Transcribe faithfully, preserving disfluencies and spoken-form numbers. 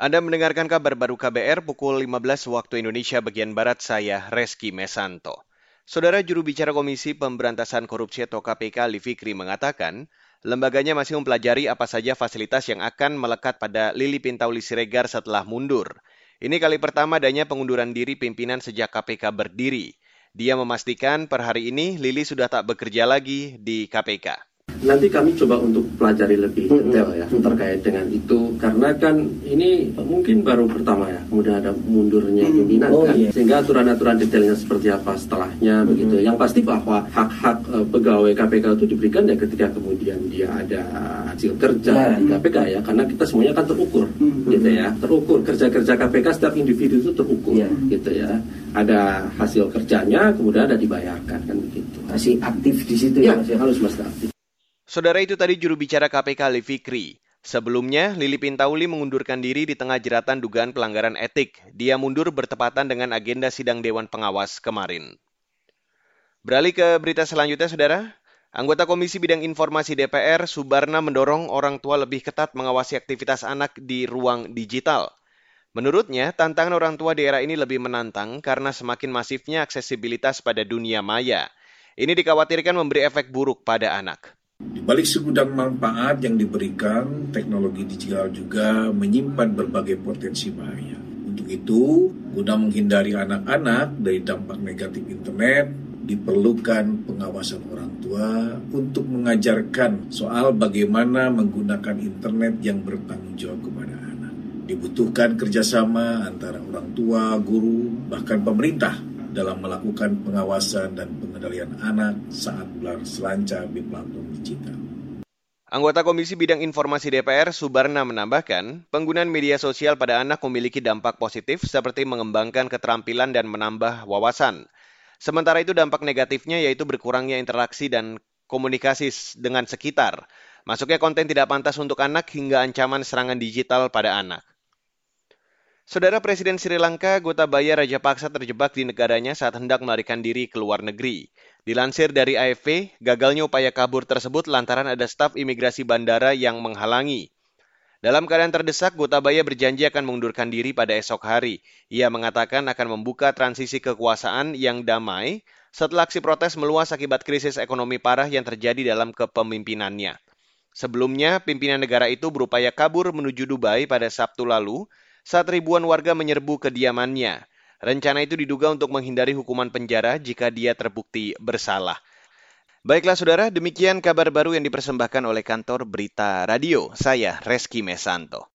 Anda mendengarkan kabar baru K B R pukul lima belas waktu Indonesia bagian Barat, saya Reski Mesanto. Saudara juru bicara Komisi Pemberantasan Korupsi atau K P K Ali Fikri mengatakan, lembaganya masih mempelajari apa saja fasilitas yang akan melekat pada Lili Pintauli Siregar setelah mundur. Ini kali pertama adanya pengunduran diri pimpinan sejak K P K berdiri. Dia memastikan per hari ini Lili sudah tak bekerja lagi di K P K. Nanti kami coba untuk pelajari lebih detail ya terkait dengan itu, karena kan ini mungkin baru pertama ya, kemudian ada mundurnya pimpinan oh, kan, iya. Sehingga aturan-aturan detailnya seperti apa setelahnya hmm. begitu. Yang pasti bahwa hak-hak uh, pegawai K P K itu diberikan ya ketika kemudian dia ada hasil kerja nah, di K P K ya, karena kita semuanya kan terukur hmm. gitu ya, terukur kerja-kerja K P K setiap individu itu terukur yeah. gitu ya. Ada hasil kerjanya, kemudian ada dibayarkan kan begitu. Masih aktif di situ ya, ya harus masih aktif. Saudara, itu tadi juru bicara K P K Ali Fikri. Sebelumnya, Lili Pintauli mengundurkan diri di tengah jeratan dugaan pelanggaran etik. Dia mundur bertepatan dengan agenda sidang Dewan Pengawas kemarin. Beralih ke berita selanjutnya, Saudara. Anggota Komisi Bidang Informasi D P R, Subarna mendorong orang tua lebih ketat mengawasi aktivitas anak di ruang digital. Menurutnya, tantangan orang tua di era ini lebih menantang karena semakin masifnya aksesibilitas pada dunia maya. Ini dikhawatirkan memberi efek buruk pada anak. Di balik segudang manfaat yang diberikan, teknologi digital juga menyimpan berbagai potensi bahaya. Untuk itu, guna menghindari anak-anak dari dampak negatif internet, diperlukan pengawasan orang tua untuk mengajarkan soal bagaimana menggunakan internet yang bertanggung jawab kepada anak. Dibutuhkan kerjasama antara orang tua, guru, bahkan pemerintah dalam melakukan pengawasan dan pengendalian anak saat berselancar di platform digital. Anggota Komisi Bidang Informasi D P R, Subarna menambahkan, penggunaan media sosial pada anak memiliki dampak positif seperti mengembangkan keterampilan dan menambah wawasan. Sementara itu dampak negatifnya yaitu berkurangnya interaksi dan komunikasi dengan sekitar. Masuknya konten tidak pantas untuk anak hingga ancaman serangan digital pada anak. Saudara, Presiden Sri Lanka Gotabaya Rajapaksa terjebak di negaranya saat hendak melarikan diri ke luar negeri. Dilansir dari A F P, gagalnya upaya kabur tersebut lantaran ada staf imigrasi bandara yang menghalangi. Dalam keadaan terdesak, Gotabaya berjanji akan mengundurkan diri pada esok hari. Ia mengatakan akan membuka transisi kekuasaan yang damai setelah aksi protes meluas akibat krisis ekonomi parah yang terjadi dalam kepemimpinannya. Sebelumnya, pimpinan negara itu berupaya kabur menuju Dubai pada Sabtu lalu, saat ribuan warga menyerbu kediamannya. Rencana itu diduga untuk menghindari hukuman penjara jika dia terbukti bersalah. Baiklah saudara, demikian kabar baru yang dipersembahkan oleh kantor Berita Radio. Saya Reski Mesanto.